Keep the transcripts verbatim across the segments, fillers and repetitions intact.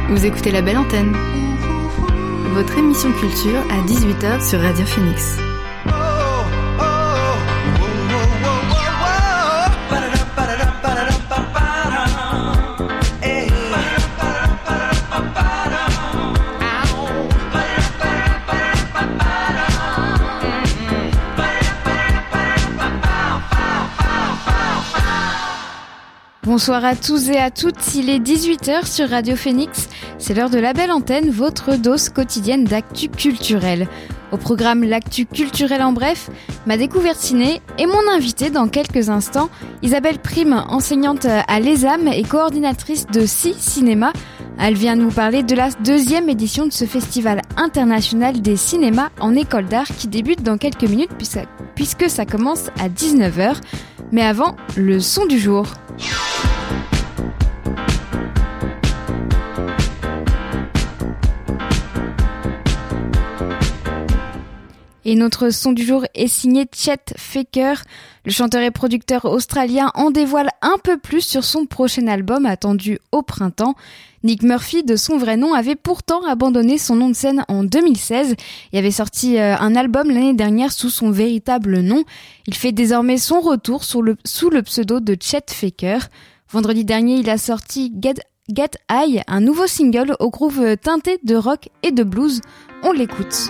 Vous écoutez La Belle Antenne, votre émission culture à dix-huit heures sur Radio Phoenix. Bonsoir à tous et à toutes, il est dix-huit heures sur Radio Phoenix, c'est l'heure de La Belle Antenne, votre dose quotidienne d'actu culturel. Au programme l'actu culturel en bref, ma découverte ciné et mon invité dans quelques instants, Isabelle Prime, enseignante à l'E S A M et coordinatrice de six Cinéma. Elle vient nous parler de la deuxième édition de ce festival international des cinémas en école d'art qui débute dans quelques minutes puisque ça commence à dix-neuf heures. Mais avant, le son du jour. Et notre son du jour est signé Chet Faker. Le chanteur et producteur australien en dévoile un peu plus sur son prochain album attendu au printemps. Nick Murphy, de son vrai nom, avait pourtant abandonné son nom de scène en deux mille seize et avait sorti un album l'année dernière sous son véritable nom. Il fait désormais son retour sous le, sous le pseudo de Chet Faker. Vendredi dernier, il a sorti Get, Get High, un nouveau single au groove teinté de rock et de blues. On l'écoute.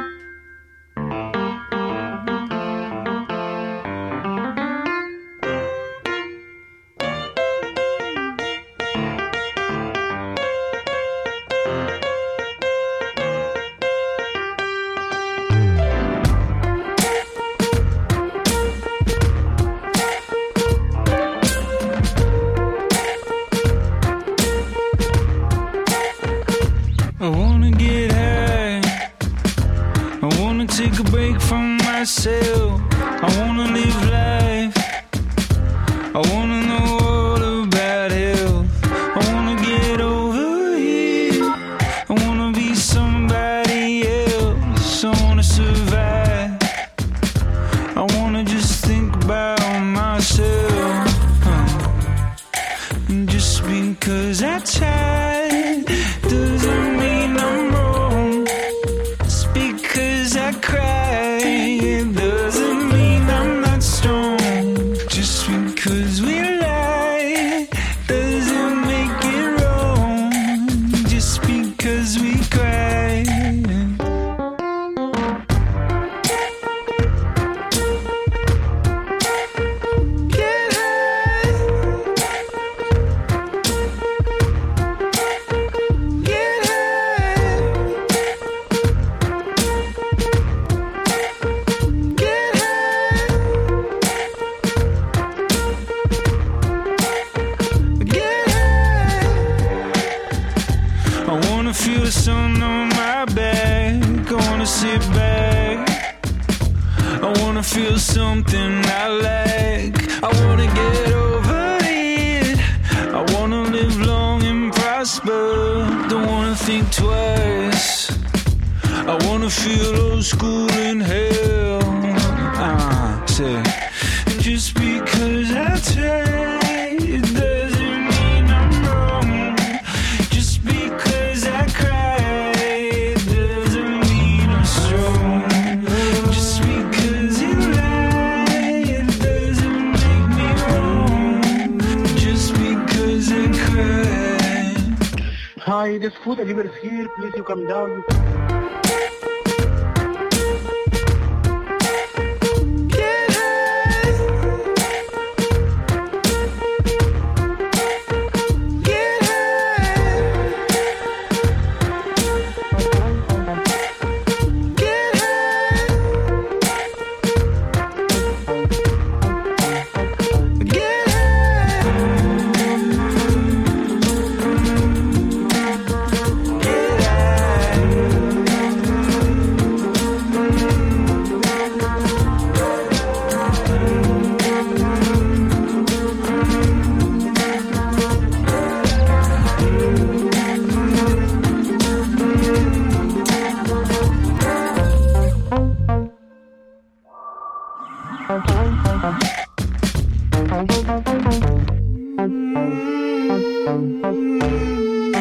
Myself, I wanna live life, I wanna know all about health, I wanna get over it, I wanna be somebody else, I wanna survive, I wanna just think about myself, huh. Just because I tried doesn't mean I'm wrong, just because I cried something I like, I wanna get over it, I wanna live long and prosper, don't wanna think twice, I wanna feel old school in hell, ah, say, just because I tried, it doesn't mean I'm wrong, just because I cried, it doesn't mean I'm strong, just because you Hi, this food delivery is here. Please, you come down. Get high.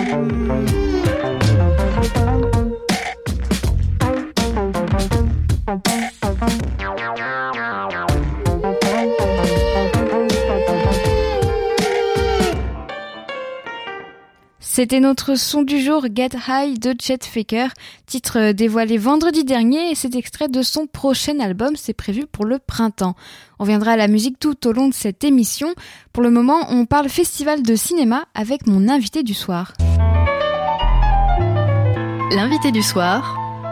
C'était notre son du jour, Get High de Chet Faker, titre dévoilé vendredi dernier et c'est extrait de son prochain album, c'est prévu pour le printemps. On viendra à la musique tout au long de cette émission. Pour le moment, on parle festival de cinéma avec mon invité du soir. L'invité du soir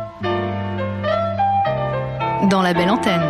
dans la belle antenne.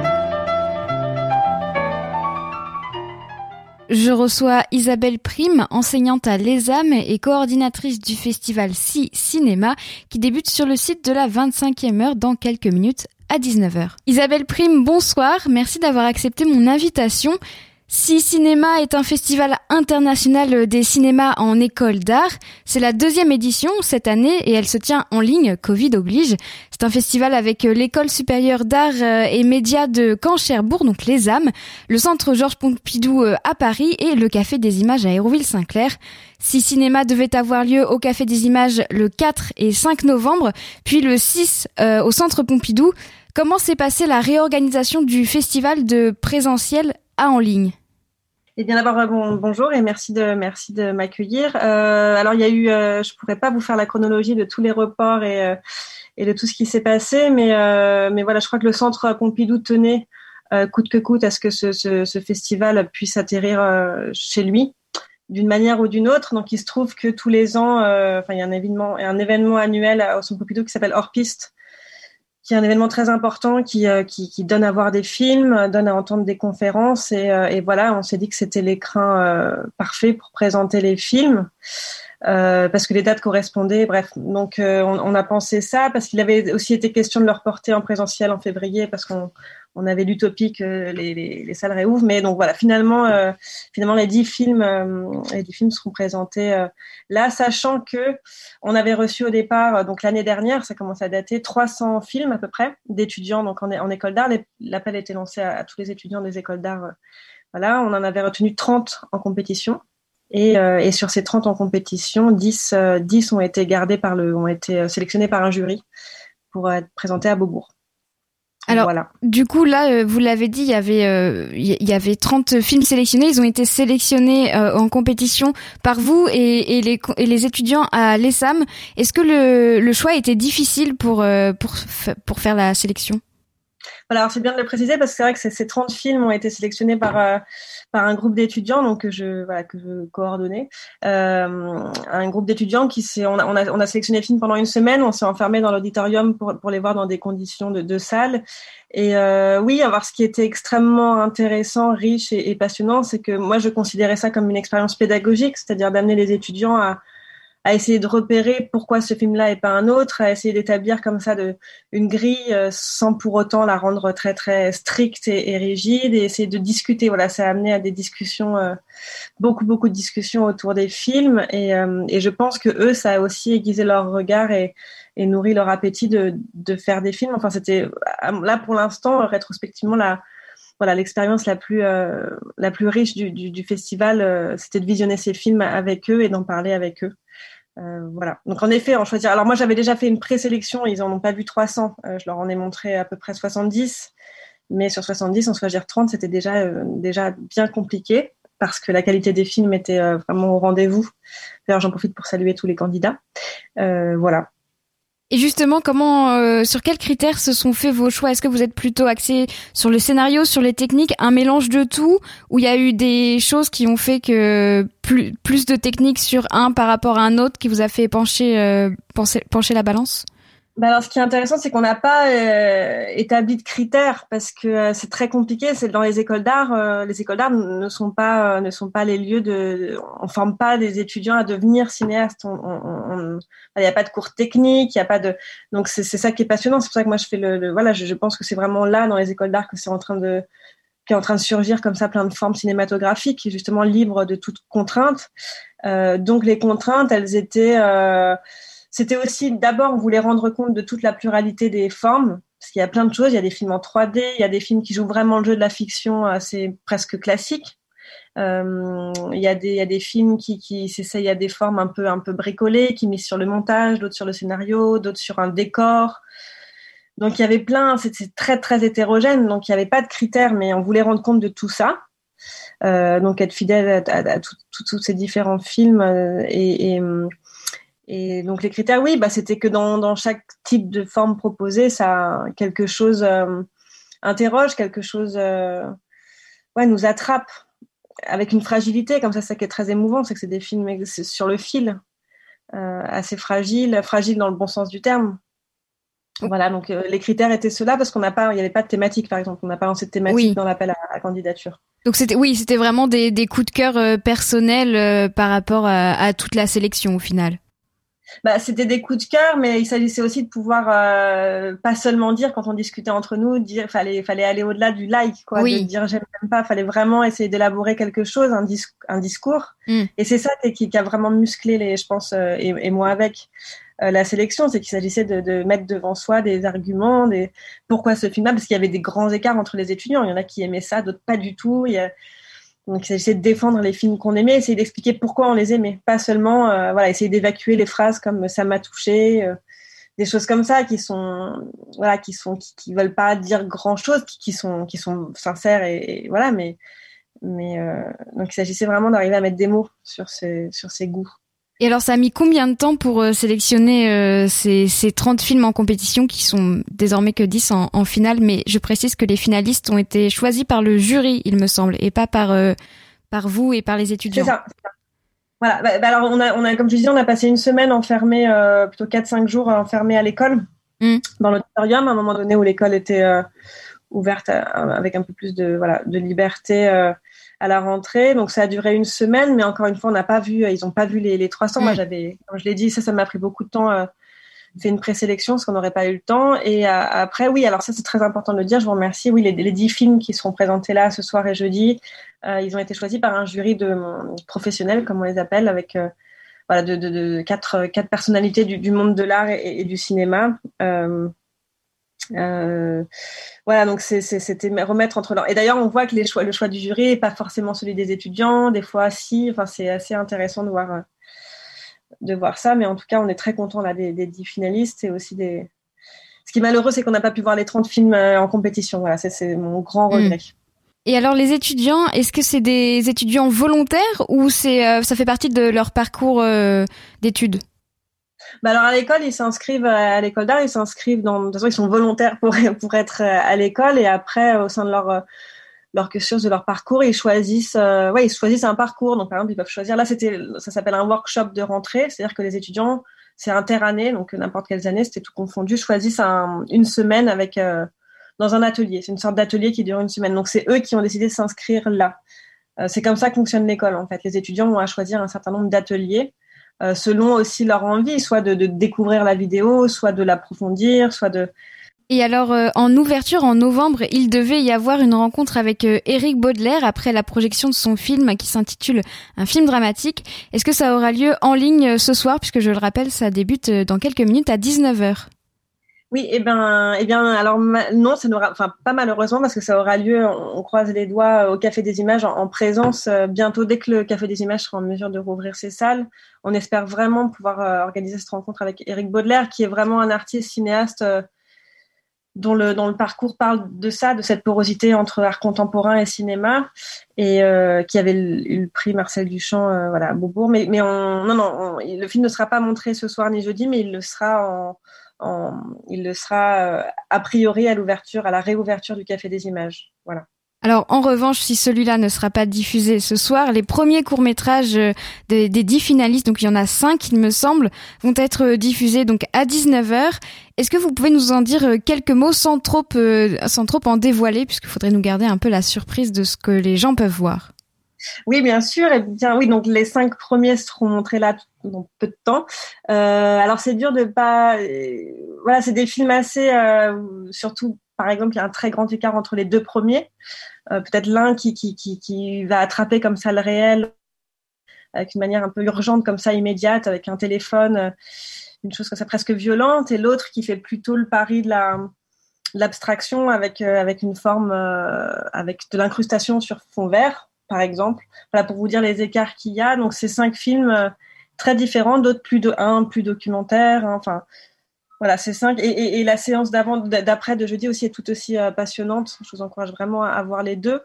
Je reçois Isabelle Prime, enseignante à l'E S A M et coordinatrice du festival Si Cinéma qui débute sur le site de la vingt-cinquième heure dans quelques minutes à dix-neuf heures. Isabelle Prime, bonsoir, merci d'avoir accepté mon invitation. Si Cinéma est un festival international des cinémas en école d'art. C'est la deuxième édition cette année et elle se tient en ligne, Covid oblige. C'est un festival avec l'école supérieure d'art et médias de Caen-Cherbourg, donc l'E S A M, le centre Georges Pompidou à Paris et le Café des Images à Hérouville-Saint-Clair. Si Cinéma devait avoir lieu au Café des Images le quatre et cinq novembre, puis le six euh, au centre Pompidou. Comment s'est passée la réorganisation du festival de présentiel à en ligne? Eh bien d'abord bon, bonjour et merci de merci de m'accueillir. Euh, alors il y a eu, euh, je pourrais pas vous faire la chronologie de tous les reports et euh, et de tout ce qui s'est passé, mais euh, mais voilà, je crois que le centre Pompidou tenait euh, coûte que coûte à ce que ce ce, ce festival puisse atterrir euh, chez lui d'une manière ou d'une autre. Donc il se trouve que tous les ans, euh, enfin il y a un événement un événement annuel au centre Pompidou qui s'appelle Hors Piste, qui est un événement très important, qui, euh, qui, qui donne à voir des films, donne à entendre des conférences. Et, euh, et voilà, on s'est dit que c'était l'écrin euh, parfait pour présenter les films, euh, parce que les dates correspondaient. Bref, donc euh, on, on a pensé ça, parce qu'il avait aussi été question de le reporter en présentiel en février, parce qu'on on avait l'utopie que les, les, les salles réouvrent. Mais donc voilà, finalement, euh, finalement les dix films, euh, les dix films seront présentés euh, là, sachant que on avait reçu au départ, donc l'année dernière, ça commence à dater, trois cents films à peu près d'étudiants donc en, en école d'art. L'appel a été lancé à, à tous les étudiants des écoles d'art. Euh, voilà, on en avait retenu trente en compétition. Et, euh, et sur ces trente en compétition, dix, euh, dix ont été gardés par le, ont été sélectionnés par un jury pour être présentés à Beaubourg. Alors, voilà. Du coup, là, vous l'avez dit, il y avait, euh, il y avait trente films sélectionnés. Ils ont été sélectionnés euh, en compétition par vous et, et, les, et les étudiants à l'E S A M. Est-ce que le, le choix était difficile pour, euh, pour, pour faire la sélection? Voilà, alors c'est bien de le préciser parce que c'est vrai que ces, ces trente films ont été sélectionnés par euh, par un groupe d'étudiants donc que je voilà que je coordonnais, euh, un groupe d'étudiants qui s'est on a, on a on a sélectionné les films pendant une semaine, on s'est enfermé dans l'auditorium pour pour les voir dans des conditions de, de salle et euh, oui, alors ce qui était extrêmement intéressant, riche et, et passionnant, c'est que moi je considérais ça comme une expérience pédagogique, c'est-à-dire d'amener les étudiants à à essayer de repérer pourquoi ce film-là et pas un autre, à essayer d'établir comme ça de, une grille euh, sans pour autant la rendre très très stricte et, et rigide, et essayer de discuter. Voilà, ça a amené à des discussions, euh, beaucoup beaucoup de discussions autour des films, et, euh, et je pense que eux, ça a aussi aiguisé leur regard et, et nourri leur appétit de, de faire des films. Enfin, c'était là pour l'instant, rétrospectivement, la voilà l'expérience la plus euh, la plus riche du, du, du festival, euh, c'était de visionner ces films avec eux et d'en parler avec eux. Euh, voilà. Donc en effet, on choisit. Alors moi, j'avais déjà fait une présélection. Ils en ont pas vu trois cents. Euh, je leur en ai montré à peu près soixante-dix. Mais sur soixante-dix, en choisir trente, c'était déjà euh, déjà bien compliqué parce que la qualité des films était euh, vraiment au rendez-vous. D'ailleurs, j'en profite pour saluer tous les candidats. Euh, voilà. Et justement, comment, euh, sur quels critères se sont faits vos choix? Est-ce que vous êtes plutôt axé sur le scénario, sur les techniques, un mélange de tout, ou il y a eu des choses qui ont fait que plus, plus de techniques sur un par rapport à un autre qui vous a fait pencher, euh, pencher, pencher la balance? Bah alors, ce qui est intéressant, c'est qu'on n'a pas euh, établi de critères parce que euh, c'est très compliqué. C'est dans les écoles d'art, euh, les écoles d'art ne sont pas euh, ne sont pas les lieux de. On forme pas des étudiants à devenir cinéastes. On, on, on, il n'y a pas de cours techniques, il y a pas de. Donc c'est c'est ça qui est passionnant. C'est pour ça que moi je fais le. le voilà, je, je pense que c'est vraiment là dans les écoles d'art que c'est en train de qui est en train de surgir comme ça plein de formes cinématographiques, justement libres de toute contrainte. Euh, donc les contraintes, elles étaient euh, C'était aussi, d'abord, on voulait rendre compte de toute la pluralité des formes, parce qu'il y a plein de choses. Il y a des films en trois D, il y a des films qui jouent vraiment le jeu de la fiction, c'est presque classique. Euh, il y a des, il y a des films qui, qui s'essayent à des formes un peu, un peu bricolées, qui misent sur le montage, d'autres sur le scénario, d'autres sur un décor. Donc il y avait plein, c'est, c'est très très hétérogène, donc il n'y avait pas de critères, mais on voulait rendre compte de tout ça. Euh, donc être fidèle à, à, à tous ces différents films euh, et, et, et donc les critères, oui, bah c'était que dans, dans chaque type de forme proposée, ça quelque chose euh, interroge, quelque chose euh, ouais, nous attrape avec une fragilité comme ça, ça qui est très émouvant, c'est que c'est des films c'est sur le fil, euh, assez fragiles, fragiles dans le bon sens du terme. Voilà, donc euh, les critères étaient ceux-là parce qu'on n'a pas, il n'y avait pas de thématique par exemple, on n'a pas lancé de thématique oui. dans l'appel à, à candidature. Donc c'était, oui, c'était vraiment des, des coups de cœur euh, personnels euh, par rapport à, à toute la sélection au final. Bah, c'était des coups de cœur, mais il s'agissait aussi de pouvoir euh, pas seulement dire quand on discutait entre nous, dire, fallait, fallait aller au-delà du like, quoi, oui. de dire j'aime, j'aime pas, fallait vraiment essayer d'élaborer quelque chose, un, dis- un discours. Mm. Et c'est ça qui, qui a vraiment musclé les, je pense, euh, et, et moi avec. Euh, la sélection, c'est qu'il s'agissait de, de mettre devant soi des arguments, des pourquoi ce film-là, parce qu'il y avait des grands écarts entre les étudiants. Il y en a qui aimaient ça, d'autres pas du tout. Il y a... Donc il s'agissait de défendre les films qu'on aimait, essayer d'expliquer pourquoi on les aimait, pas seulement euh, voilà essayer d'évacuer les phrases comme ça m'a touché, euh, des choses comme ça qui sont voilà qui sont qui, qui veulent pas dire grand-chose, qui, qui sont qui sont sincères et, et voilà, mais mais euh, donc il s'agissait vraiment d'arriver à mettre des mots sur ces sur ces goûts. Et alors, ça a mis combien de temps pour euh, sélectionner euh, ces, ces trente films en compétition qui sont désormais que dix en, en finale? Mais je précise que les finalistes ont été choisis par le jury, il me semble, et pas par, euh, par vous et par les étudiants. C'est ça. C'est ça. Voilà. Bah, bah alors, on a, on a, comme je disais, on a passé une semaine enfermée, euh, plutôt quatre cinq jours enfermés à l'école, mmh. dans l'auditorium, à un moment donné où l'école était euh, ouverte à, avec un peu plus de, voilà, de liberté euh, à la rentrée. Donc ça a duré une semaine, mais encore une fois on n'a pas vu, ils n'ont pas vu les, les trois cents. Mmh. Moi j'avais, comme je l'ai dit, ça ça m'a pris beaucoup de temps, euh, fait une présélection parce qu'on n'aurait pas eu le temps. Et euh, après oui, alors ça c'est très important de le dire, je vous remercie. Oui, les, les dix films qui seront présentés là ce soir et jeudi, euh, ils ont été choisis par un jury de euh, professionnels comme on les appelle, avec euh, voilà de, de, de quatre quatre personnalités du, du monde de l'art et, et du cinéma. Euh, Euh, voilà, donc c'est, c'est, c'était remettre entre leur... Et d'ailleurs, on voit que les choix, le choix du jury n'est pas forcément celui des étudiants, des fois si, enfin, c'est assez intéressant de voir, de voir ça, mais en tout cas, on est très content là des, des dix finalistes et aussi des... Ce qui est malheureux, c'est qu'on n'a pas pu voir les trente films en compétition, voilà, c'est, c'est mon grand regret. Mmh. Et alors, les étudiants, est-ce que c'est des étudiants volontaires ou c'est, euh, ça fait partie de leur parcours euh, d'études? Bah alors à l'école, ils s'inscrivent à l'école d'art, ils s'inscrivent dans, de toute façon, ils sont volontaires pour pour être à l'école et après au sein de leur leur cursus, de leur parcours, ils choisissent euh, ouais, ils choisissent un parcours. Donc par exemple, ils peuvent choisir là c'était ça s'appelle un workshop de rentrée, c'est-à-dire que les étudiants, c'est interannée, donc n'importe quelles années, c'était tout confondu, choisissent un, une semaine avec euh, dans un atelier, c'est une sorte d'atelier qui dure une semaine. Donc c'est eux qui ont décidé de s'inscrire là. Euh, c'est comme ça que fonctionne l'école en fait. Les étudiants ont à choisir un certain nombre d'ateliers. Euh, selon aussi leur envie, soit de, de découvrir la vidéo, soit de l'approfondir, soit de... Et alors, euh, en ouverture, en novembre, il devait y avoir une rencontre avec euh, Éric Baudelaire après la projection de son film qui s'intitule « Un film dramatique ». Est-ce que ça aura lieu en ligne euh, ce soir, puisque je le rappelle, ça débute euh, dans quelques minutes à dix-neuf heures. Oui, eh ben, eh bien, alors ma- non, ça n'aura, enfin pas malheureusement parce que ça aura lieu. On, on croise les doigts au Café des Images en, en présence euh, bientôt dès que le Café des Images sera en mesure de rouvrir ses salles. On espère vraiment pouvoir euh, organiser cette rencontre avec Éric Baudelaire, qui est vraiment un artiste cinéaste euh, dont le dont le parcours parle de ça, de cette porosité entre art contemporain et cinéma, et euh, qui avait eu le prix Marcel Duchamp, euh, voilà, à Beaubourg. Mais mais on, non non, on, le film ne sera pas montré ce soir ni jeudi, mais il le sera en En, il le sera euh, a priori à l'ouverture, à la réouverture du Café des Images. Voilà. Alors, en revanche, si celui-là ne sera pas diffusé ce soir, les premiers courts-métrages des, des dix finalistes, donc il y en a cinq, il me semble, vont être diffusés donc à dix-neuf heures. Est-ce que vous pouvez nous en dire quelques mots sans trop, euh, sans trop en dévoiler, puisqu'il faudrait nous garder un peu la surprise de ce que les gens peuvent voir? Oui, bien sûr. Et bien, oui, donc les cinq premiers seront montrés là dans peu de temps. Euh, alors c'est dur de pas. Euh, voilà, c'est des films assez. Euh, surtout, par exemple, il y a un très grand écart entre les deux premiers. Euh, peut-être l'un qui qui qui qui va attraper comme ça le réel avec une manière un peu urgente, comme ça immédiate, avec un téléphone, euh, une chose comme ça presque violente, et l'autre qui fait plutôt le pari de la de l'abstraction avec euh, avec une forme euh, avec de l'incrustation sur fond vert. par exemple. Voilà, pour vous dire les écarts qu'il y a. Donc, c'est cinq films euh, très différents, d'autres plus de un, plus documentaires. Hein, enfin, voilà, c'est cinq. Et, et, et la séance d'avant, d'après de jeudi aussi est tout aussi euh, passionnante. Je vous encourage vraiment à, à voir les deux.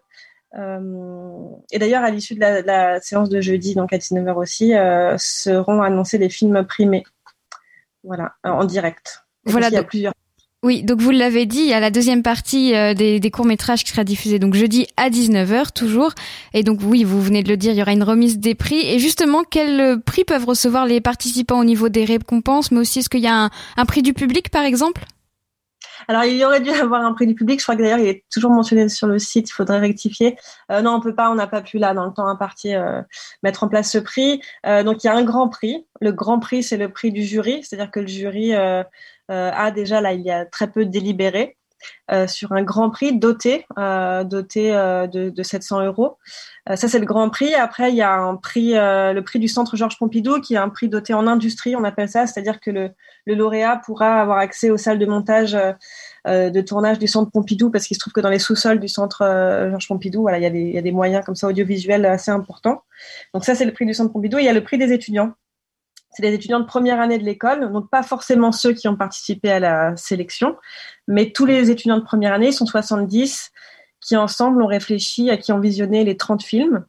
Euh, et d'ailleurs, à l'issue de la, de la séance de jeudi, donc à dix-neuf heures aussi, euh, seront annoncés les films primés. Voilà, en direct. Et Voilà, il y a donc, plusieurs. oui, donc vous l'avez dit, il y a la deuxième partie euh, des, des courts-métrages qui sera diffusée donc jeudi à dix-neuf heures toujours. Et donc oui, vous venez de le dire, il y aura une remise des prix. Et justement, quels prix peuvent recevoir les participants au niveau des récompenses, mais aussi est-ce qu'il y a un, un prix du public par exemple ? Alors, il y aurait dû avoir un prix du public. Je crois que d'ailleurs, il est toujours mentionné sur le site. Il faudrait rectifier. Euh, non, on peut pas, on n'a pas pu là, dans le temps imparti, euh, mettre en place ce prix. Euh, donc, il y a un grand prix. Le grand prix, c'est le prix du jury. C'est-à-dire que le jury euh, euh, a déjà, là, il y a très peu délibéré euh, sur un grand prix doté, euh, doté euh, de, de sept cents euros. Euh, ça, c'est le grand prix. Après, il y a un prix, euh, le prix du Centre Georges Pompidou, qui est un prix doté en industrie, on appelle ça. C'est-à-dire que le, le lauréat pourra avoir accès aux salles de montage euh, de tournage du Centre Pompidou, parce qu'il se trouve que dans les sous-sols du Centre euh, Georges Pompidou, voilà, il y a des, il y a des moyens comme ça audiovisuels assez importants. Donc ça, c'est le prix du Centre Pompidou. Il y a le prix des étudiants. C'est les étudiants de première année de l'école, donc pas forcément ceux qui ont participé à la sélection, mais tous les étudiants de première année, ils sont soixante-dix, qui ensemble ont réfléchi, à qui ont visionné les trente films,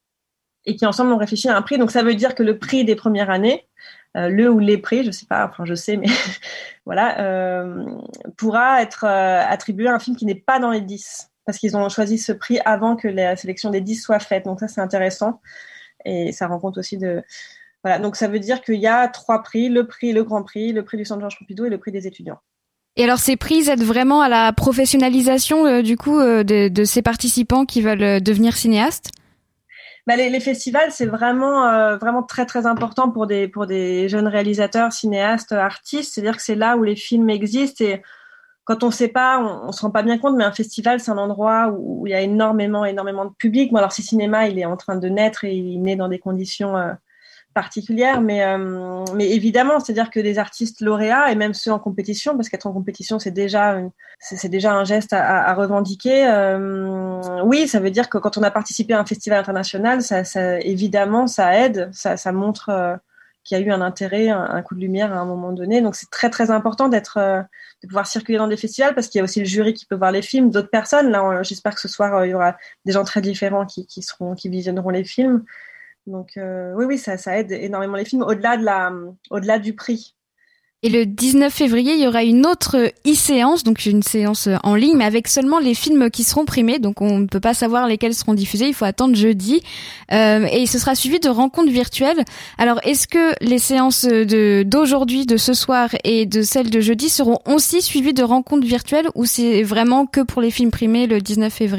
et qui ensemble ont réfléchi à un prix. Donc ça veut dire que le prix des premières années, euh, le ou les prix, je sais pas, enfin je sais, mais voilà, euh, pourra être euh, attribué à un film qui n'est pas dans les dix, parce qu'ils ont choisi ce prix avant que la sélection des dix soit faite. Donc ça, c'est intéressant, et ça rend compte aussi de... Voilà, donc ça veut dire qu'il y a trois prix, le prix, le grand prix, le prix du Centre Georges Pompidou et le prix des étudiants. Et alors ces prix aident vraiment à la professionnalisation euh, du coup euh, de, de ces participants qui veulent euh, devenir cinéastes ? Bah, les, les festivals, c'est vraiment, euh, vraiment très très important pour des, pour des jeunes réalisateurs, cinéastes, artistes. C'est-à-dire que c'est là où les films existent, et quand on ne sait pas, on, on se rend pas bien compte, mais un festival, c'est un endroit où, où il y a énormément, énormément de public. Bon, alors si cinéma, il est en train de naître et il naît dans des conditions euh, particulière, mais, euh, mais évidemment, c'est-à-dire que les artistes lauréats, et même ceux en compétition, parce qu'être en compétition, c'est déjà, une, c'est, c'est déjà un geste à, à, à revendiquer. Euh, oui, ça veut dire que quand on a participé à un festival international, ça, ça, évidemment, ça aide, ça, ça montre euh, qu'il y a eu un intérêt, un, un coup de lumière à un moment donné. Donc, c'est très, très important d'être, euh, de pouvoir circuler dans des festivals, parce qu'il y a aussi le jury qui peut voir les films, d'autres personnes. Là, on, j'espère que ce soir, euh, il y aura des gens très différents qui, qui seront, qui visionneront les films. Donc euh, oui, oui, ça, ça aide énormément les films, au-delà de la, au-delà du prix. Et le dix-neuf février, il y aura une autre e-séance, donc une séance en ligne, mais avec seulement les films qui seront primés. Donc on ne peut pas savoir lesquels seront diffusés, il faut attendre jeudi. Euh, et ce sera suivi de rencontres virtuelles. Alors est-ce que les séances de, d'aujourd'hui, de ce soir et de celles de jeudi seront aussi suivies de rencontres virtuelles, ou c'est vraiment que pour les films primés le dix-neuf février ?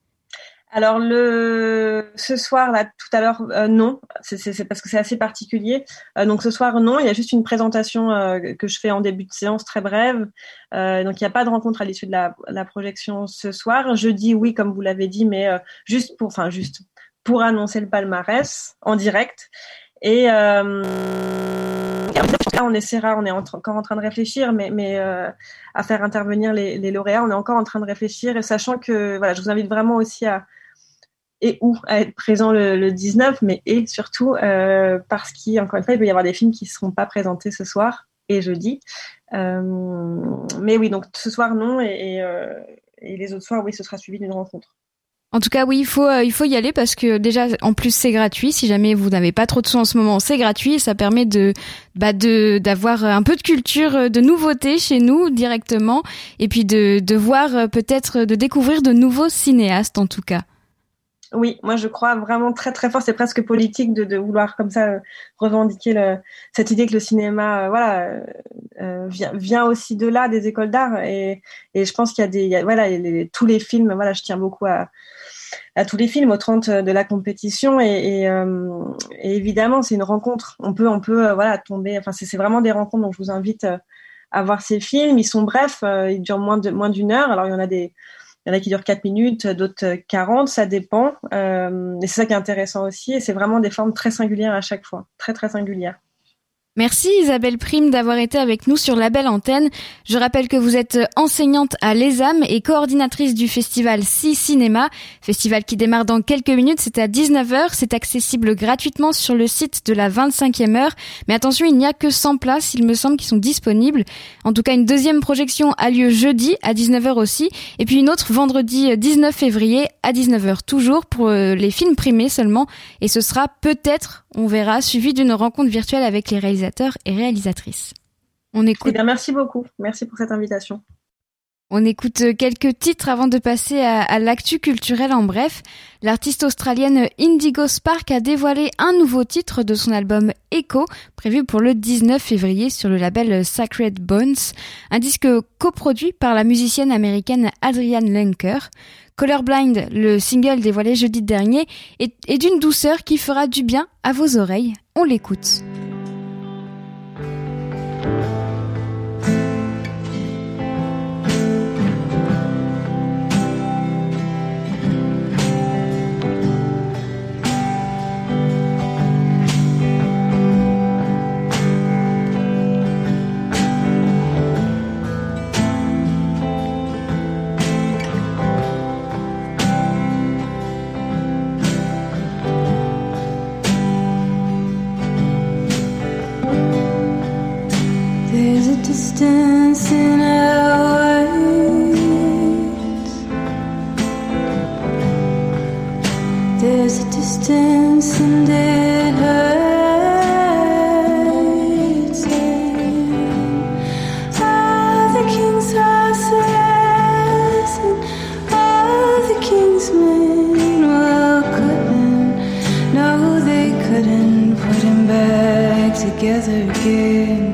Alors le ce soir là tout à l'heure euh, non, c'est, c'est, c'est parce que c'est assez particulier. Euh, donc ce soir non, il y a juste une présentation euh, que je fais en début de séance très brève. Euh, donc il n'y a pas de rencontre à l'issue de la, la projection ce soir. Jeudi oui, comme vous l'avez dit, mais euh, juste pour enfin juste pour annoncer le palmarès en direct. Et euh, on essaiera, on est en, encore en train de réfléchir, mais, mais euh, à faire intervenir les, les lauréats, on est encore en train de réfléchir, et sachant que voilà, je vous invite vraiment aussi à et où à être présent le, le dix-neuf, mais et surtout euh, parce qu'encore une fois, il peut y avoir des films qui ne seront pas présentés ce soir et jeudi. Euh, mais oui, donc ce soir non, et, et, euh, et les autres soirs, oui, ce sera suivi d'une rencontre. En tout cas, oui, il faut, euh, il faut y aller, parce que déjà, en plus, c'est gratuit. Si jamais vous n'avez pas trop de sous en ce moment, c'est gratuit, et ça permet de, bah, de, d'avoir un peu de culture, de nouveautés chez nous directement, et puis de, de voir peut-être, de découvrir de nouveaux cinéastes en tout cas. Oui, moi je crois vraiment très très fort, c'est presque politique de, de vouloir comme ça euh, revendiquer le, cette idée que le cinéma, euh, voilà, euh, vient, vient aussi de là, des écoles d'art, et, et je pense qu'il y a des, il y a, voilà, les, tous les films, voilà, je tiens beaucoup à, à tous les films, aux trente de la compétition, et, et, euh, et évidemment c'est une rencontre. On peut, on peut, euh, voilà, tomber. Enfin, c'est, c'est vraiment des rencontres, donc je vous invite euh, à voir ces films. Ils sont brefs, euh, ils durent moins de moins d'une heure. Alors il y en a des Il y en a qui durent quatre minutes, d'autres quarante, ça dépend. Euh, et c'est ça qui est intéressant aussi. Et c'est vraiment des formes très singulières à chaque fois. Très, très singulières. Merci Isabelle Prime d'avoir été avec nous sur la belle antenne. Je rappelle que vous êtes enseignante à l'E S A M et coordinatrice du festival six Cinéma, festival qui démarre dans quelques minutes, c'est à dix-neuf heures, c'est accessible gratuitement sur le site de la vingt-cinquième heure. Mais attention, il n'y a que cent places, il me semble, qui sont disponibles. En tout cas, une deuxième projection a lieu jeudi à dix-neuf heures aussi, et puis une autre vendredi dix-neuf février à dix-neuf heures, toujours pour les films primés seulement, et ce sera peut-être, on verra, suivi d'une rencontre virtuelle avec les réalisateurs et réalisatrices. On écoute. Eh bien, merci beaucoup. Merci pour cette invitation. On écoute quelques titres avant de passer à, à l'actu culturelle en bref. L'artiste australienne Indigo Spark a dévoilé un nouveau titre de son album Echo, prévu pour le dix-neuf février sur le label Sacred Bones, un disque coproduit par la musicienne américaine Adrienne Lenker. Colorblind, le single dévoilé jeudi dernier, est, est d'une douceur qui fera du bien à vos oreilles. On l'écoute. Distance in our words. There's a distance and it hurts. All the king's horses and all the king's men, well, couldn't, no, they couldn't put him back together again.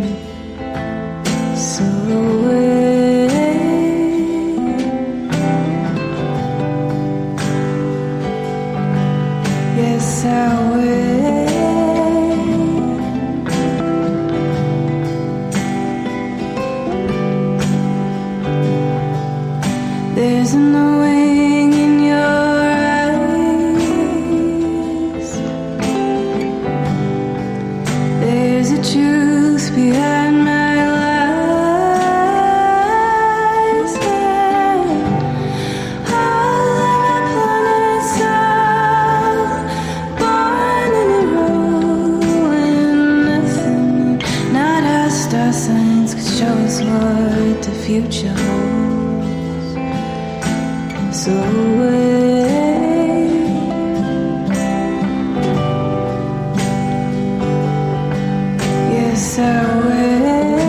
Yes, I will. There's a knowing in your eyes. There's a truth behind my what the future holds. So wait. Yes, I will.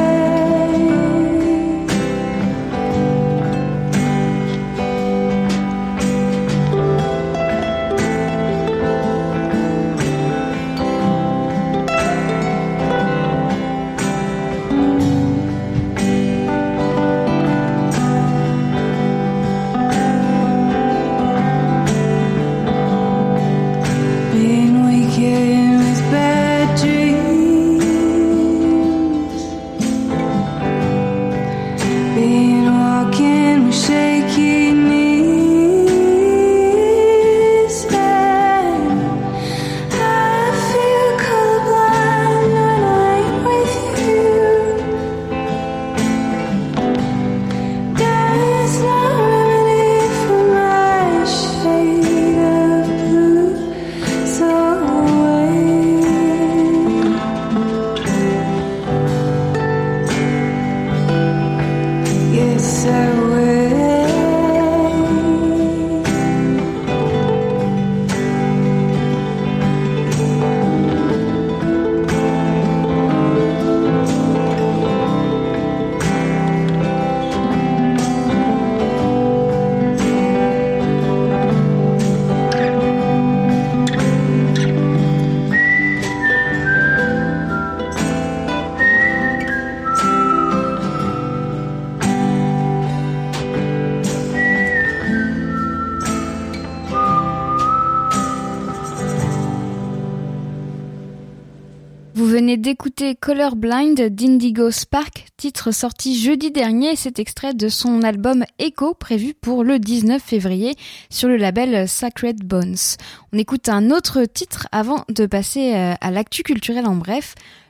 venez d'écouter Colorblind d'Indigo Spark, titre sorti jeudi dernier, cet extrait de son album Echo, prévu pour le dix-neuf février sur le label Sacred Bones. On écoute un autre titre avant de passer à l'actu culturelle en bref.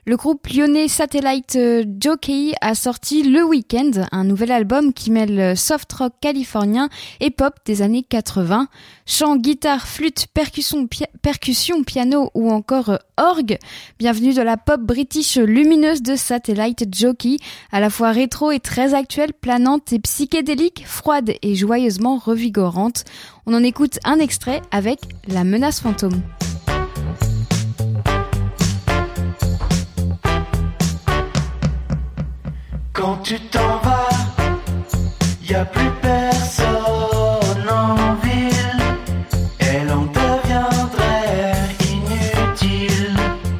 Le groupe lyonnais Satellite Jockey a sorti le week-end un nouvel album qui mêle soft rock californien et pop des années quatre-vingts. Chant, guitare, flûte, percussion, pi- percussion, piano ou encore orgue. Bienvenue dans la pop british lumineuse de Satellite Jockey, à la fois rétro et très actuelle, planante et psychédélique, froide et joyeusement revigorante. On en écoute un extrait avec La Menace Fantôme. Quand tu t'en vas, y a plus personne en ville, et l'on deviendrait inutile.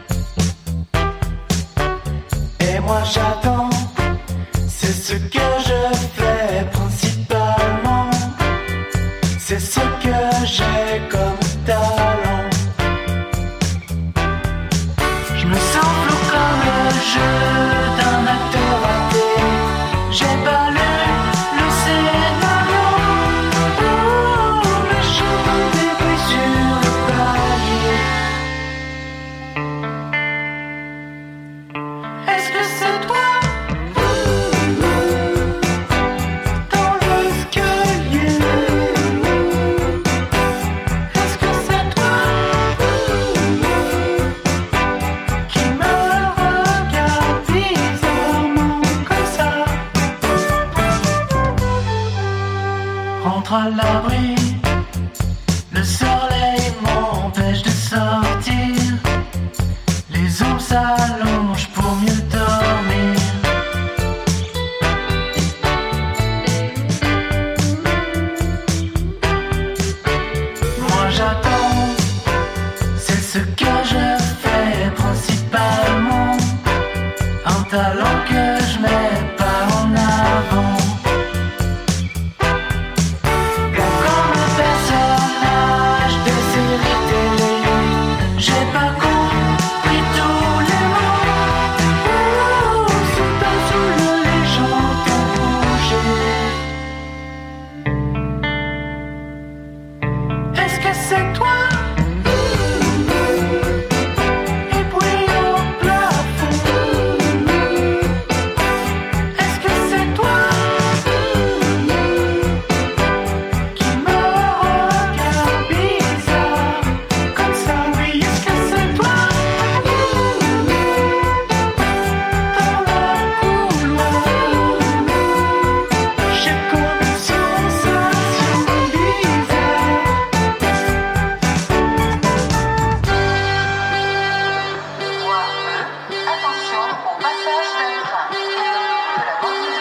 Et moi j'attends, c'est ce que je fais principalement, c'est ce que j'ai comme talent. Je me sens flou comme le jeu d'un acteur raté. J'ai pas lu le scénario. Oh, mais j'entends des bruits sur le palier. Est-ce que c'est toi dans l'escalier? Est-ce que c'est toi qui me regarde bizarrement comme ça? Rentre à l'abri, le soleil m'empêche de sortir. Les ombres s'allongent pour mieux dormir. Moi j'attends, c'est ce que je fais principalement, un talent que je mets pas en avant. Comme un personnage de série télé, j'ai pas compris tous les mots. Oh, c'est pas sous le les gens qui ont bougé. Est-ce que c'est toi? Et puis au plafond. Est-ce que c'est toi qui me regarde bizarre comme ça? Oui, est-ce que c'est toi dans le couloir? J'ai comme une sensation bizarre. Attention au passage d'un train. De la banlieue.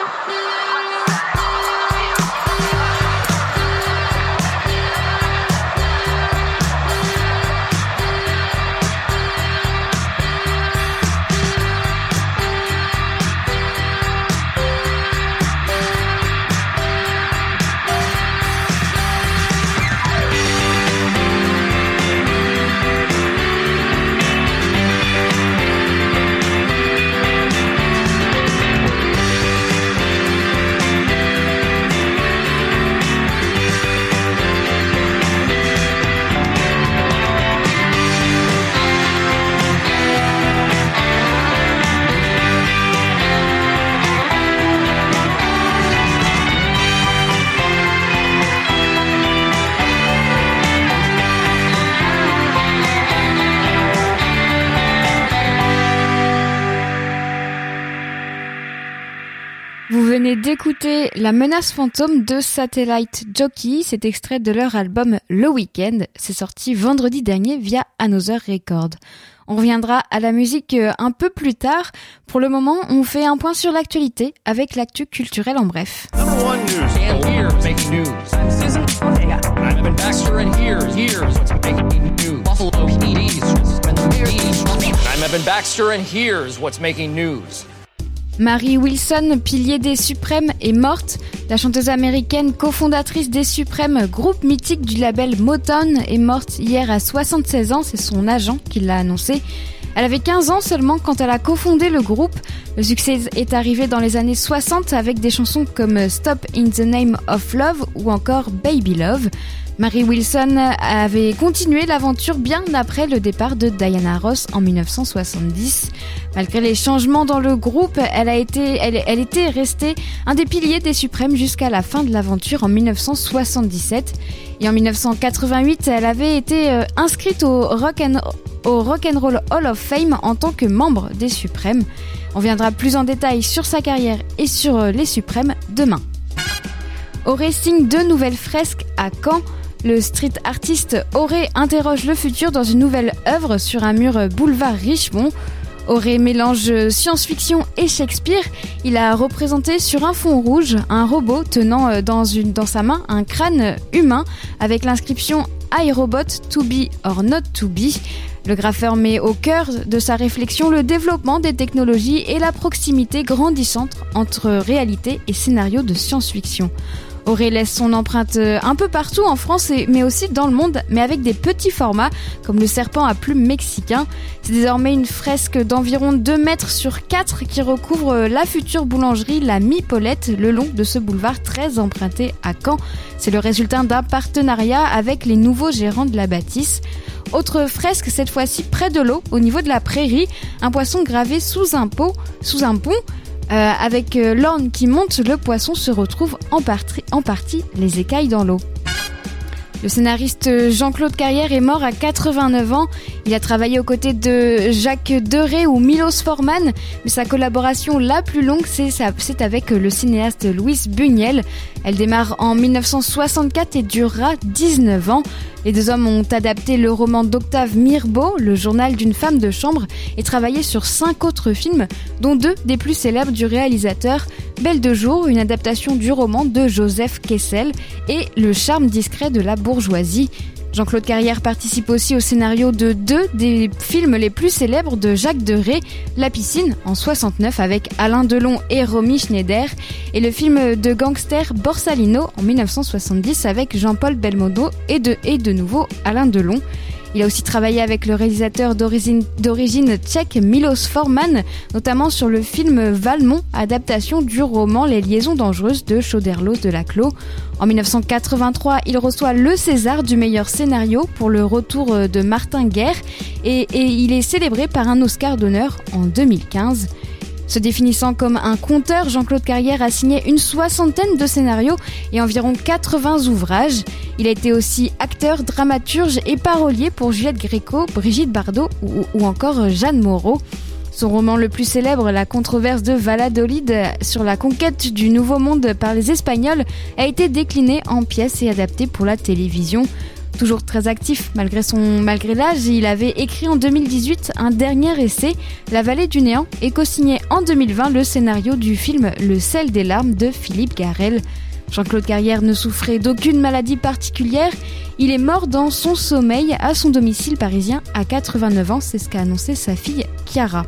Vous venez d'écouter La Menace Fantôme de Satellite Jockey, c'est extrait de leur album Le Week-end, c'est sorti vendredi dernier via Another Records. On reviendra à la musique un peu plus tard. Pour le moment, on fait un point sur l'actualité avec l'actu culturelle en bref. Number one news. And here's making news. I'm Susan Ortega. I'm Evan Baxter, and here's here's what's making news. Buffalo P D's. I'm Evan Baxter, and here's what's making news. Mary Wilson, pilier des Suprêmes, est morte. La chanteuse américaine, cofondatrice des Suprêmes, groupe mythique du label Motown, est morte hier à soixante-seize ans, c'est son agent qui l'a annoncé. Elle avait quinze ans seulement quand elle a cofondé le groupe. Le succès est arrivé dans les années soixante avec des chansons comme Stop in the Name of Love ou encore Baby Love. Mary Wilson avait continué l'aventure bien après le départ de Diana Ross en dix-neuf cent soixante-dix. Malgré les changements dans le groupe, elle, a été, elle, elle était restée un des piliers des Supremes jusqu'à la fin de l'aventure en dix-neuf cent soixante-dix-sept. Et en dix-neuf cent quatre-vingt-huit, elle avait été euh, inscrite au Rock and, au Rock and Roll Hall of Fame en tant que membre des Supremes. On viendra plus en détail sur sa carrière et sur euh, les Supremes demain. Auré signe deux nouvelles fresques à Caen. Le street artiste Auré interroge le futur dans une nouvelle œuvre sur un mur boulevard Richemont. Auré mélange science-fiction et Shakespeare. Il a représenté sur un fond rouge un robot tenant dans, une, dans sa main un crâne humain avec l'inscription « I Robot, to be or not to be ». Le graffeur met au cœur de sa réflexion le développement des technologies et la proximité grandissante entre réalité et scénario de science-fiction. Auré laisse son empreinte un peu partout en France, mais aussi dans le monde, mais avec des petits formats, comme le serpent à plumes mexicain. C'est désormais une fresque d'environ deux mètres sur quatre qui recouvre la future boulangerie La Mi-Paulette, le long de ce boulevard très emprunté à Caen. C'est le résultat d'un partenariat avec les nouveaux gérants de la bâtisse. Autre fresque, cette fois-ci près de l'eau, au niveau de la prairie, un poisson gravé sous un pot, sous un pont. Euh, avec euh, l'orne qui monte, le poisson se retrouve en, partie, en partie les écailles dans l'eau. Le scénariste Jean-Claude Carrière est mort à quatre-vingt-neuf ans. Il a travaillé aux côtés de Jacques Deray ou Milos Forman, mais sa collaboration la plus longue, c'est, c'est avec le cinéaste Louis Buñuel. Elle démarre en dix-neuf cent soixante-quatre et durera dix-neuf ans. Les deux hommes ont adapté le roman d'Octave Mirbeau, Le journal d'une femme de chambre, et travaillé sur cinq autres films, dont deux des plus célèbres du réalisateur, Belle de jour, une adaptation du roman de Joseph Kessel, et Le charme discret de la bourgeoisie. Jean-Claude Carrière participe aussi au scénario de deux des films les plus célèbres de Jacques Deray, La piscine en soixante-neuf avec Alain Delon et Romy Schneider, et le film de gangster Borsalino en dix-neuf cent soixante-dix avec Jean-Paul Belmondo et de, et de nouveau Alain Delon. Il a aussi travaillé avec le réalisateur d'origine, d'origine tchèque Milos Forman, notamment sur le film Valmont, adaptation du roman Les liaisons dangereuses de Choderlos de Laclos. En dix-neuf cent quatre-vingt-trois, il reçoit le César du meilleur scénario pour le retour de Martin Guerre et, et il est célébré par un Oscar d'honneur en deux mille quinze. Se définissant comme un conteur, Jean-Claude Carrière a signé une soixantaine de scénarios et environ quatre-vingts ouvrages. Il a été aussi acteur, dramaturge et parolier pour Juliette Gréco, Brigitte Bardot ou, ou encore Jeanne Moreau. Son roman le plus célèbre, La controverse de Valladolid sur la conquête du Nouveau Monde par les Espagnols, a été décliné en pièces et adapté pour la télévision. Toujours très actif malgré, son, malgré l'âge, il avait écrit en deux mille dix-huit un dernier essai, La vallée du néant, et co-signé en deux mille vingt le scénario du film Le sel des larmes de Philippe Garrel. Jean-Claude Carrière ne souffrait d'aucune maladie particulière. Il est mort dans son sommeil à son domicile parisien à quatre-vingt-neuf ans, c'est ce qu'a annoncé sa fille Chiara.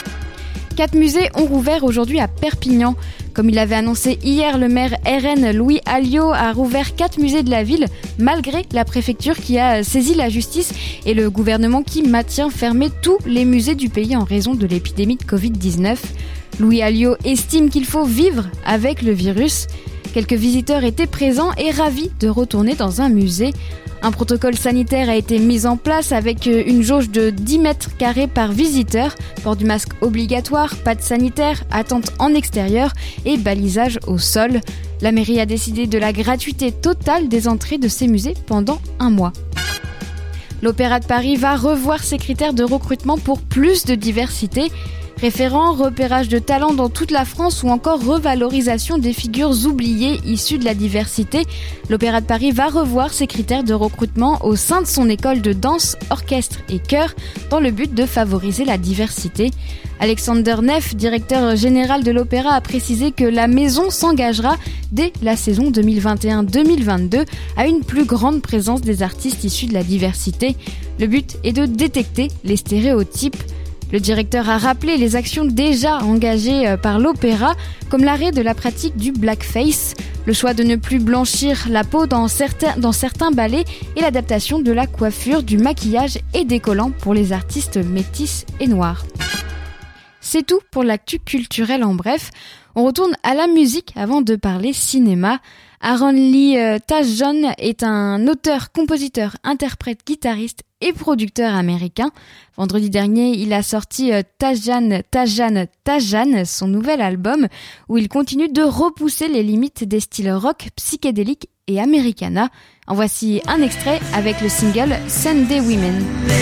Quatre musées ont rouvert aujourd'hui à Perpignan. Comme il l'avait annoncé hier, le maire R N Louis Alliot a rouvert quatre musées de la ville, malgré la préfecture qui a saisi la justice et le gouvernement qui maintient fermés tous les musées du pays en raison de l'épidémie de covid dix-neuf. Louis Alliot estime qu'il faut vivre avec le virus. Quelques visiteurs étaient présents et ravis de retourner dans un musée. Un protocole sanitaire a été mis en place avec une jauge de dix mètres carrés par visiteur, port du masque obligatoire, passe sanitaire, attente en extérieur et balisage au sol. La mairie a décidé de la gratuité totale des entrées de ces musées pendant un mois. L'Opéra de Paris va revoir ses critères de recrutement pour plus de diversité. Référents, repérage de talents dans toute la France ou encore revalorisation des figures oubliées issues de la diversité, l'Opéra de Paris va revoir ses critères de recrutement au sein de son école de danse, orchestre et chœur dans le but de favoriser la diversité. Alexander Neff, directeur général de l'Opéra, a précisé que la maison s'engagera dès la saison deux mille vingt et un deux mille vingt-deux à une plus grande présence des artistes issus de la diversité. Le but est de détecter les stéréotypes. Le directeur a rappelé les actions déjà engagées par l'opéra, comme l'arrêt de la pratique du blackface, le choix de ne plus blanchir la peau dans certains, dans certains ballets et l'adaptation de la coiffure, du maquillage et des collants pour les artistes métis et noirs. C'est tout pour l'actu culturelle en bref. On retourne à la musique avant de parler cinéma. Aaron Lee euh, Tasjan est un auteur, compositeur, interprète, guitariste et producteur américain. Vendredi dernier, il a sorti euh, Tasjan, Tasjan, Tasjan, son nouvel album, où il continue de repousser les limites des styles rock, psychédélique et americana. En voici un extrait avec le single Sunday Women.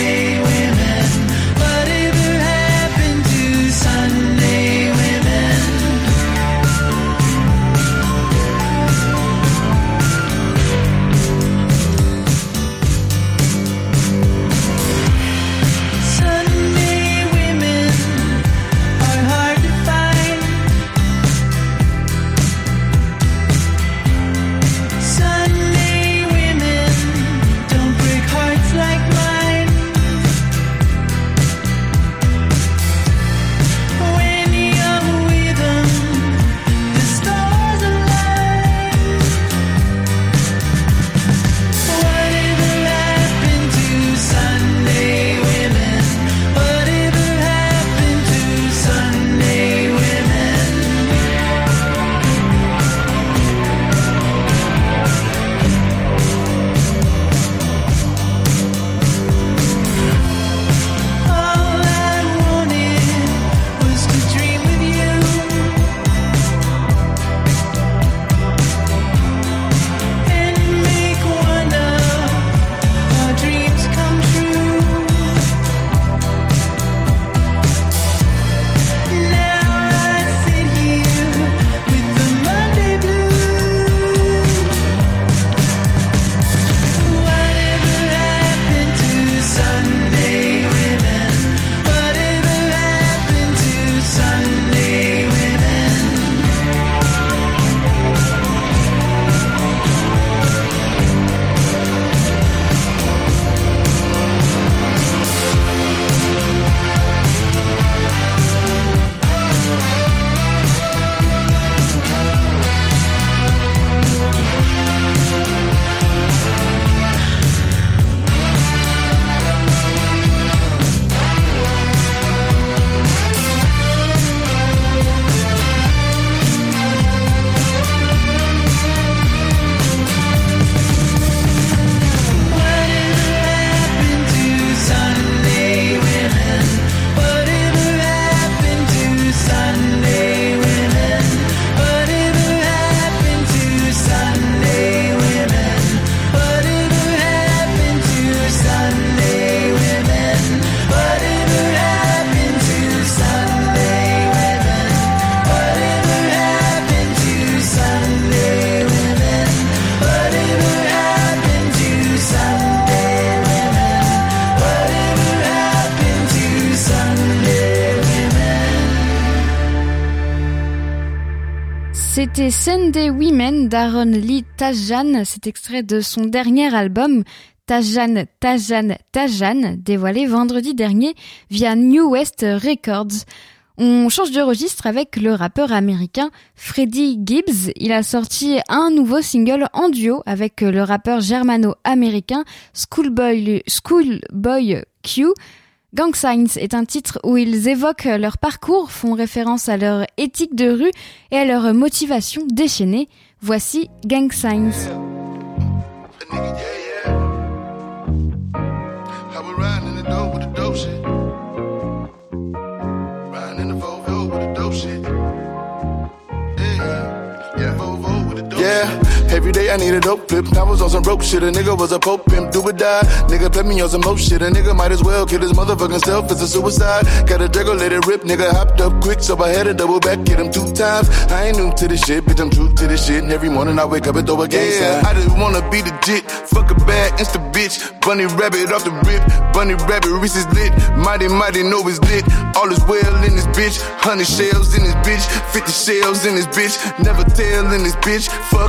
C'était Sunday Women d'Aaron Lee Tasjan, cet extrait de son dernier album Tasjan, Tasjan, Tasjan, dévoilé vendredi dernier via New West Records. On change de registre avec le rappeur américain Freddie Gibbs. Il a sorti un nouveau single en duo avec le rappeur germano-américain Schoolboy, Schoolboy Q. Gang Signs est un titre où ils évoquent leur parcours, font référence à leur éthique de rue et à leur motivation déchaînée. Voici Gang Signs. Every day I need a dope flip. I was on some broke shit. A nigga was a pope pimp. Do or die. Nigga play me on some more shit. A nigga might as well kill his motherfucking self. It's a suicide. Got a Draco, let it rip. Nigga hopped up quick, so I had to double back. Hit him two times. I ain't new to this shit, bitch. I'm true to this shit. And every morning I wake up and throw a gang sign. I just wanna be legit. Fuck a bad insta bitch. Bunny rabbit off the rip. Bunny rabbit Reese's lit. Mighty mighty know it's lit. All is well in this bitch. Hundred shells in this bitch. Fifty shells in this bitch. Never tell in this bitch. Fuck twelve.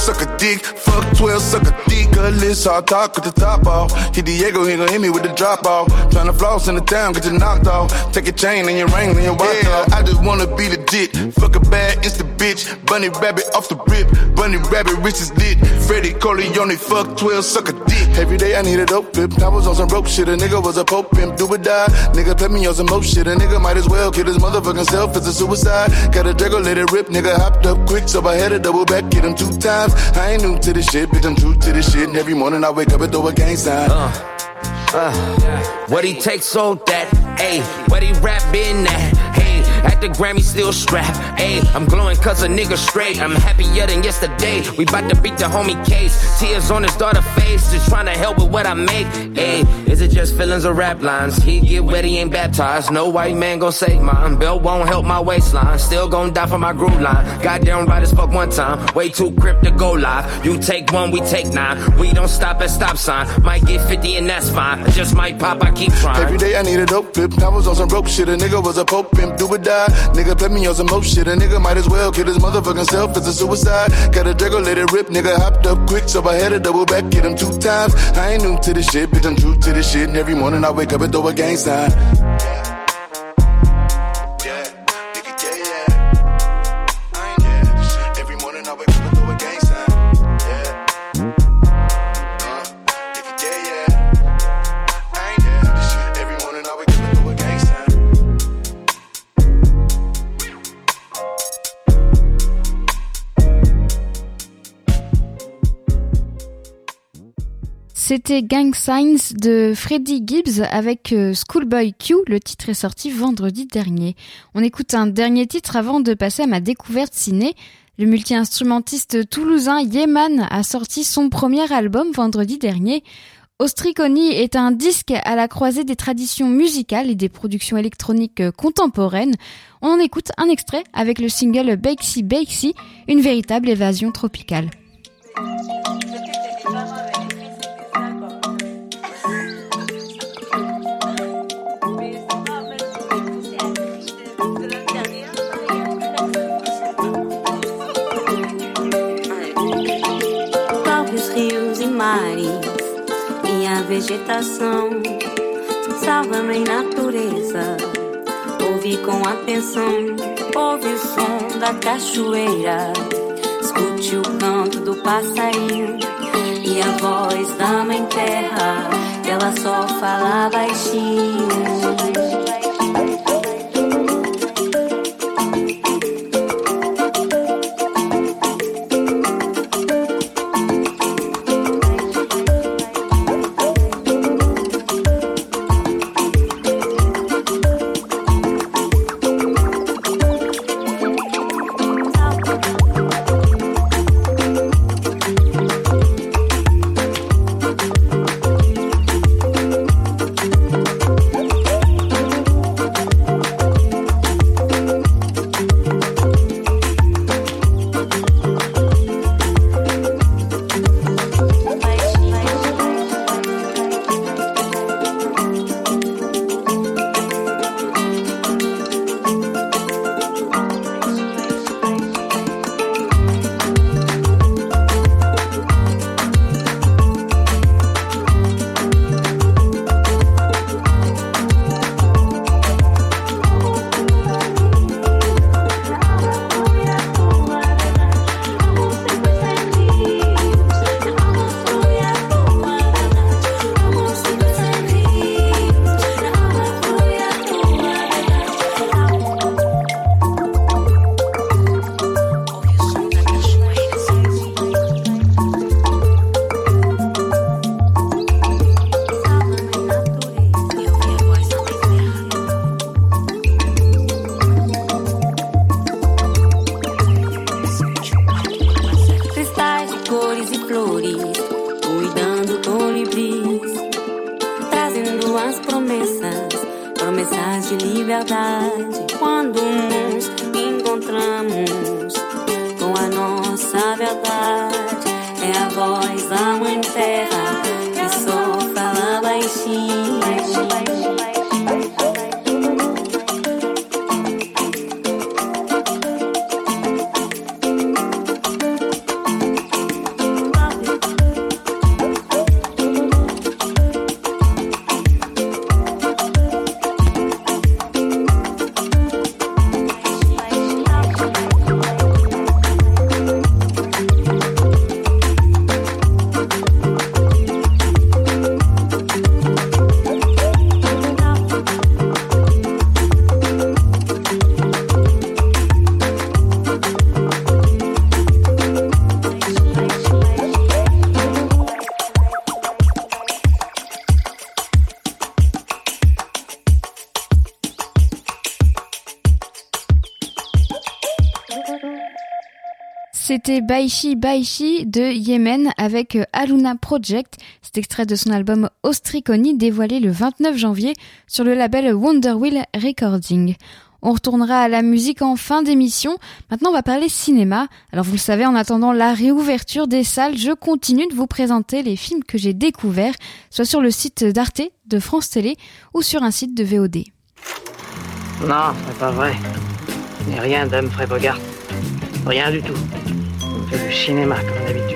suck a dick. Fuck twelve, suck a dick. Cutlass, hard talk with the top off. Hit Diego, he gon' hit me with the drop off. Tryna floss in the town, get you knocked off. Take your chain and your ring and your watch yeah, off. I just wanna be legit. Fuck a bad insta bitch. Bunny rabbit off the rip. Bunny rabbit, rich is lit. Freddie Corleone, fuck twelve, suck a dick. Every day I need a dope flip. I was on some rope shit. A nigga was a pope pimp. Do or die. Nigga play me on some more shit. A nigga might as well kill his motherfucking self. It's a suicide. Got a Draco, let it rip. Nigga hopped up quick, so I had to double back. Get him two times. I ain't new to this shit, bitch. I'm true to this shit. And every morning I wake up and throw a gang sign. Uh, uh, what he takes so that, ayy. What he rap in that, hey. At the Grammy still strapped, ayy. I'm glowing cause a nigga straight. I'm happier than yesterday. We bout to beat the homie case. Tears on his daughter face. Just trying to help with what I make, ayy. Is it just feelings or rap lines? He get wet, he ain't baptized. No white man gon' save mine. Belt won't help my waistline. Still gon' die for my groove line. Goddamn right as fuck one time. Way too crip to go live. You take one, we take nine. We don't stop at stop sign. Might get fifty and that's fine. I just might pop, I keep trying. Every day I need a dope flip. I was on some rope shit. A nigga was a pope pimp. Do or die. Nigga play me on some more shit. A nigga might as well kill his motherfucking self. It's a suicide. Got a Draco, let it rip. Nigga hopped up quick, so I had to double back. Get him two times. I ain't new to this shit, bitch. I'm true to this shit. And every morning I wake up and throw a gang sign. C'était Gang Signs de Freddie Gibbs avec euh, Schoolboy Q. Le titre est sorti vendredi dernier. On écoute un dernier titre avant de passer à ma découverte ciné. Le multi-instrumentiste toulousain Yeman a sorti son premier album vendredi dernier. Ostriconi est un disque à la croisée des traditions musicales et des productions électroniques contemporaines. On en écoute un extrait avec le single Bakesy Bakesy, une véritable évasion tropicale. Rios e mares e a vegetação salva-me em natureza. Ouve com atenção, ouve o som da cachoeira, escute o canto do passarinho e a voz da mãe terra, ela só fala baixinho. C'était Baishi Baishi de Yémen avec Aluna Project. C'est extrait de son album Ostriconi dévoilé le vingt-neuf janvier sur le label Wonderwheel Recording. On retournera à la musique en fin d'émission. Maintenant, on va parler cinéma. Alors, vous le savez, en attendant la réouverture des salles, je continue de vous présenter les films que j'ai découverts, soit sur le site d'Arte, de France Télé, ou sur un site de V O D. Non, c'est pas vrai. Il n'y a rien d'Humphrey Bogart. Rien du tout. On fait du cinéma comme d'habitude.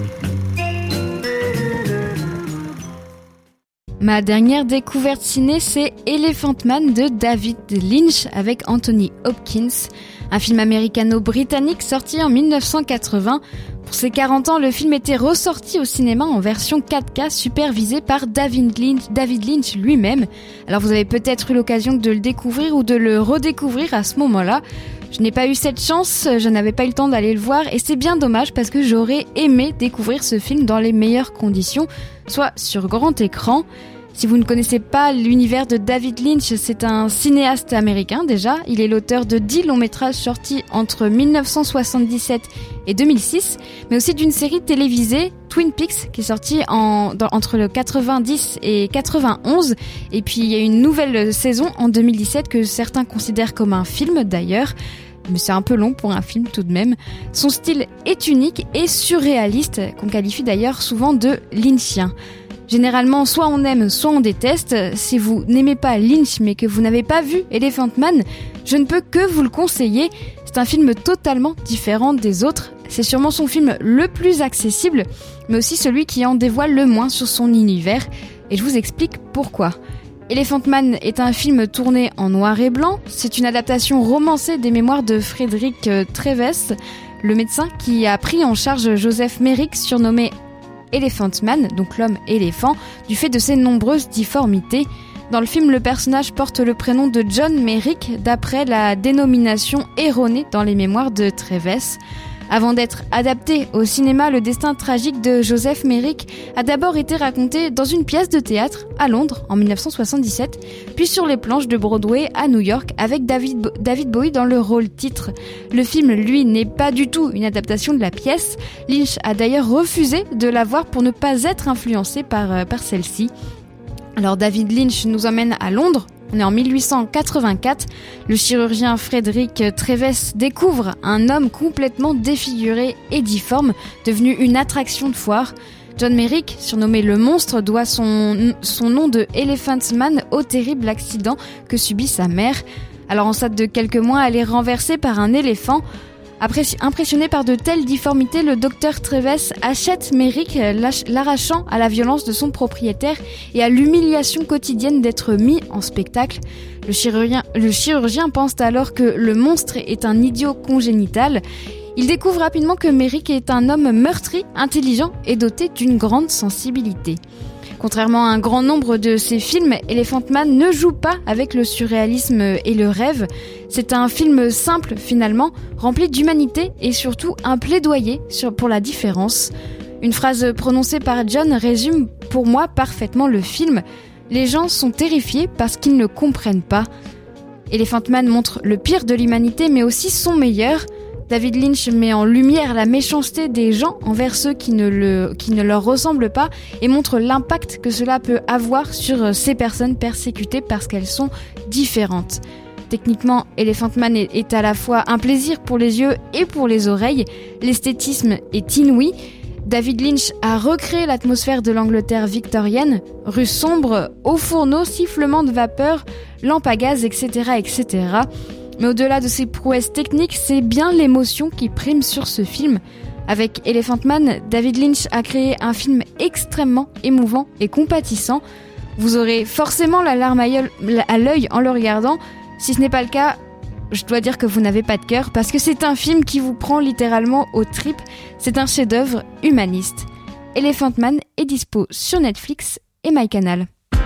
Ma dernière découverte ciné, c'est Elephant Man de David Lynch avec Anthony Hopkins, un film américano-britannique sorti en dix-neuf cent quatre-vingts. Pour ses quarante ans, le film était ressorti au cinéma en version quatre K supervisé par David Lynch, David Lynch lui-même. Alors vous avez peut-être eu l'occasion de le découvrir ou de le redécouvrir à ce moment-là. Je n'ai pas eu cette chance, je n'avais pas eu le temps d'aller le voir et c'est bien dommage parce que j'aurais aimé découvrir ce film dans les meilleures conditions, soit sur grand écran. Si vous ne connaissez pas l'univers de David Lynch, c'est un cinéaste américain déjà. Il est l'auteur de dix longs métrages sortis entre dix-neuf cent soixante-dix-sept et deux mille six, mais aussi d'une série télévisée, Twin Peaks, qui est sortie en, dans, entre le quatre-vingt-dix et quatre-vingt-onze. Et puis il y a une nouvelle saison en deux mille dix-sept que certains considèrent comme un film d'ailleurs. Mais c'est un peu long pour un film tout de même. Son style est unique et surréaliste, qu'on qualifie d'ailleurs souvent de lynchien. Généralement, soit on aime, soit on déteste. Si vous n'aimez pas Lynch, mais que vous n'avez pas vu Elephant Man, je ne peux que vous le conseiller. C'est un film totalement différent des autres. C'est sûrement son film le plus accessible, mais aussi celui qui en dévoile le moins sur son univers. Et je vous explique pourquoi. Elephant Man est un film tourné en noir et blanc. C'est une adaptation romancée des mémoires de Frédéric Treves, le médecin qui a pris en charge Joseph Merrick, surnommé Elephant Man, donc l'homme éléphant, du fait de ses nombreuses difformités. Dans le film, le personnage porte le prénom de John Merrick, d'après la dénomination erronée dans les mémoires de Treves. Avant d'être adapté au cinéma, le destin tragique de Joseph Merrick a d'abord été raconté dans une pièce de théâtre à Londres en dix-neuf cent soixante-dix-sept, puis sur les planches de Broadway à New York avec David, Bo- David Bowie dans le rôle titre. Le film, lui, n'est pas du tout une adaptation de la pièce. Lynch a d'ailleurs refusé de la voir pour ne pas être influencé par, euh, par celle-ci. Alors David Lynch nous emmène à Londres. On est en mille huit cent quatre-vingt-quatre, le chirurgien Frédéric Treves découvre un homme complètement défiguré et difforme, devenu une attraction de foire. John Merrick, surnommé le monstre, doit son, son nom de Elephant Man au terrible accident que subit sa mère. Alors en stade de quelques mois, elle est renversée par un éléphant. Après, impressionné par de telles difformités, le docteur Treves achète Merrick, l'arrachant à la violence de son propriétaire et à l'humiliation quotidienne d'être mis en spectacle. Le chirurgien, le chirurgien pense alors que le monstre est un idiot congénital. Il découvre rapidement que Merrick est un homme meurtri, intelligent et doté d'une grande sensibilité. Contrairement à un grand nombre de ses films, Elephant Man ne joue pas avec le surréalisme et le rêve. C'est un film simple finalement, rempli d'humanité et surtout un plaidoyer sur, pour la différence. Une phrase prononcée par John résume pour moi parfaitement le film. Les gens sont terrifiés parce qu'ils ne comprennent pas. Elephant Man montre le pire de l'humanité mais aussi son meilleur. David Lynch met en lumière la méchanceté des gens envers ceux qui ne, le, qui ne leur ressemblent pas et montre l'impact que cela peut avoir sur ces personnes persécutées parce qu'elles sont différentes. Techniquement, Elephant Man est, est à la fois un plaisir pour les yeux et pour les oreilles. L'esthétisme est inouï. David Lynch a recréé l'atmosphère de l'Angleterre victorienne, rues sombres, hauts fourneaux, sifflements de vapeur, lampes à gaz, et cetera, et cetera. Mais au-delà de ces prouesses techniques, c'est bien l'émotion qui prime sur ce film. Avec Elephant Man, David Lynch a créé un film extrêmement émouvant et compatissant. Vous aurez forcément la larme à l'œil en le regardant. Si ce n'est pas le cas, je dois dire que vous n'avez pas de cœur, parce que c'est un film qui vous prend littéralement aux tripes. C'est un chef-d'œuvre humaniste. Elephant Man est dispo sur Netflix et MyCanal.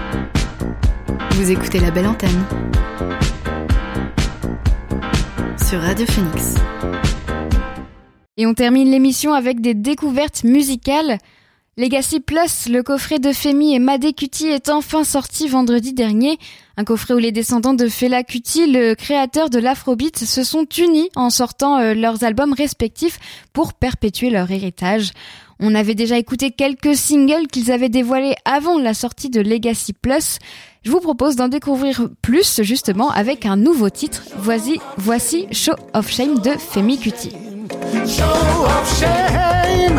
Vous écoutez La Belle Antenne sur Radio Phoenix. Et on termine l'émission avec des découvertes musicales. Legacy Plus, le coffret de Femi et Madé Kuti est enfin sorti vendredi dernier. Un coffret où les descendants de Fela Kuti, le créateur de l'Afrobeat, se sont unis en sortant euh, leurs albums respectifs pour perpétuer leur héritage. On avait déjà écouté quelques singles qu'ils avaient dévoilés avant la sortie de Legacy Plus. Je vous propose d'en découvrir plus justement avec un nouveau titre. Voici, voici Show of Shame de Femi Kuti. Show of shame.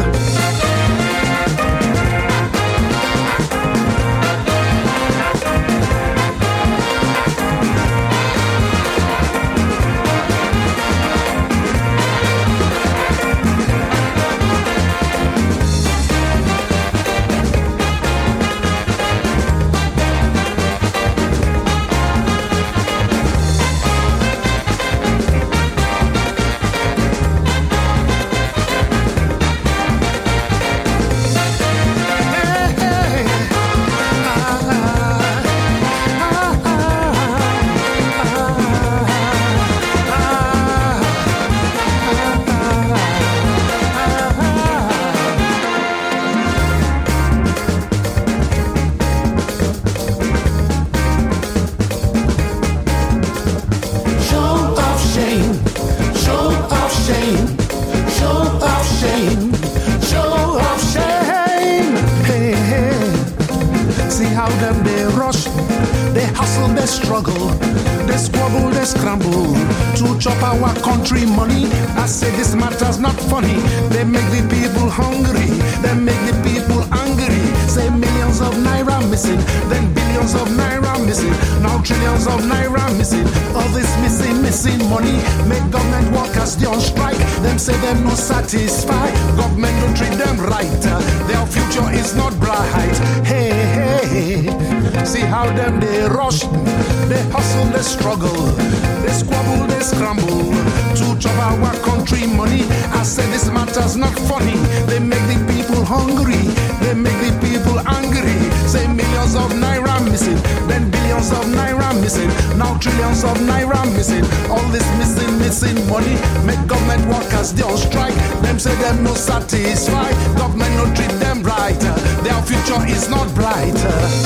Struggle, they squabble, they scramble to chop our country money. I say this matter's not funny. They make the people hungry, they make the people angry. Say millions of naira missing, then billions of naira missing, now trillions of naira missing. All this missing, missing money make government workers they on strike. Them say them not satisfied, government don't treat them right. Their future is not bright. Hey, hey, hey. See how them they rush. They hustle, they struggle, they squabble, they scramble to chop our country money. I say this matter's not funny. They make the people hungry, they make the people angry. Say millions of naira missing, then billions of naira missing, now trillions of naira missing. All this missing, missing money make government workers they on strike. Them say them no satisfied, government no treat them right. Their future is not bright.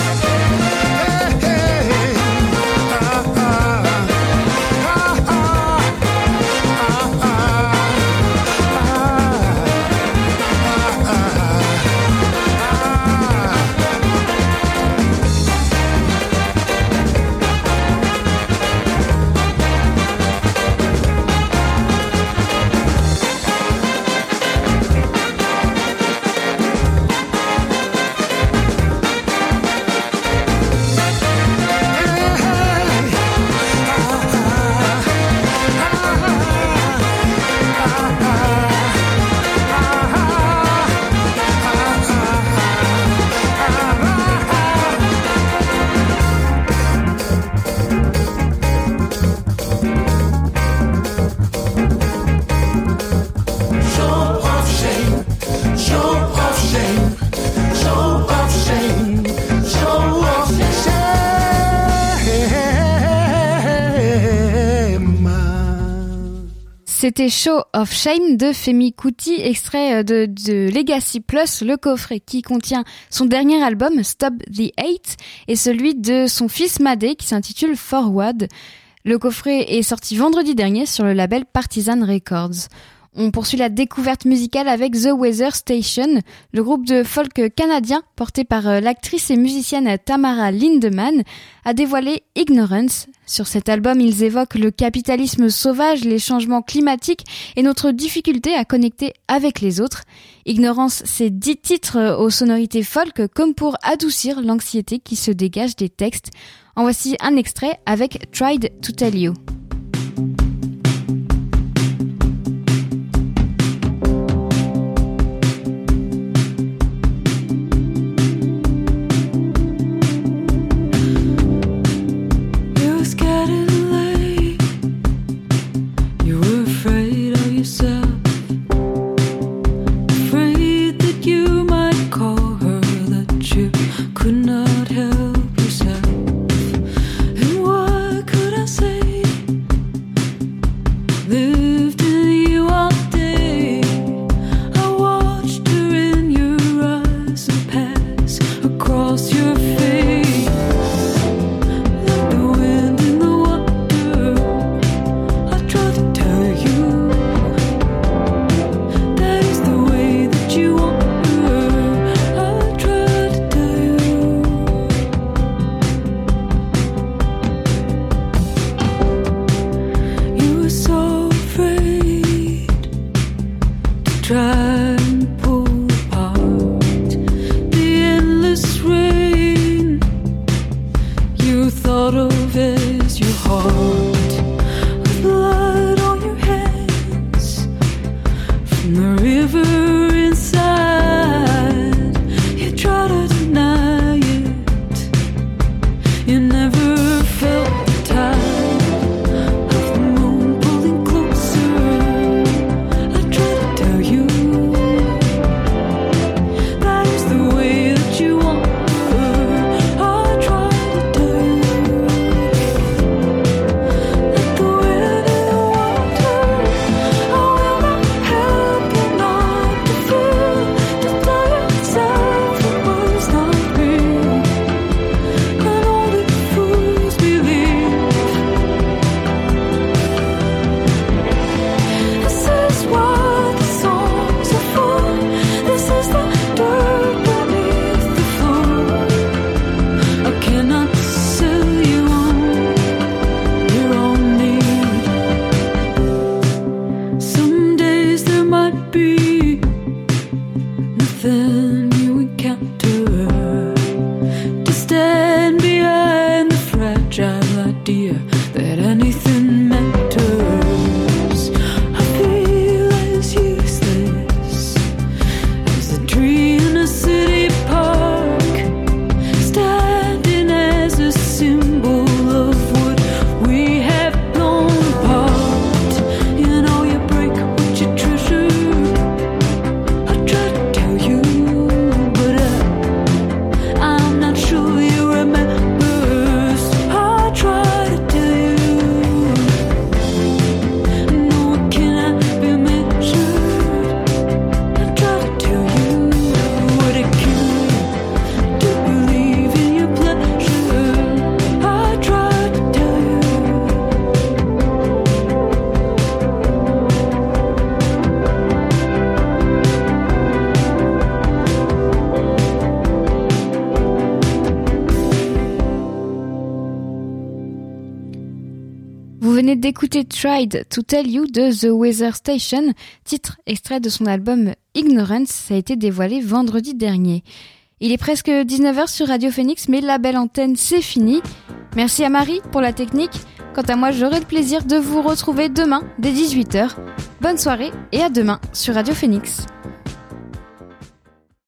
C'était Show of Shame de Femi Kuti, extrait de, de Legacy Plus, le coffret qui contient son dernier album Stop the Hate et celui de son fils Madé qui s'intitule Forward. Le coffret est sorti vendredi dernier sur le label Partisan Records. On poursuit la découverte musicale avec The Weather Station, le groupe de folk canadien porté par l'actrice et musicienne Tamara Lindemann a dévoilé Ignorance. Sur cet album, ils évoquent le capitalisme sauvage, les changements climatiques et notre difficulté à connecter avec les autres. Ignorance, c'est dix titres aux sonorités folk comme pour adoucir l'anxiété qui se dégage des textes. En voici un extrait avec Tried to Tell You. venez d'écouter Tried to Tell You de The Weather Station, titre extrait de son album Ignorance, ça a été dévoilé vendredi dernier. Il est presque dix-neuf heures sur Radio Phoenix, mais la belle antenne, c'est fini. Merci à Marie pour la technique. Quant à moi, j'aurai le plaisir de vous retrouver demain dès dix-huit heures. Bonne soirée et à demain sur Radio Phoenix.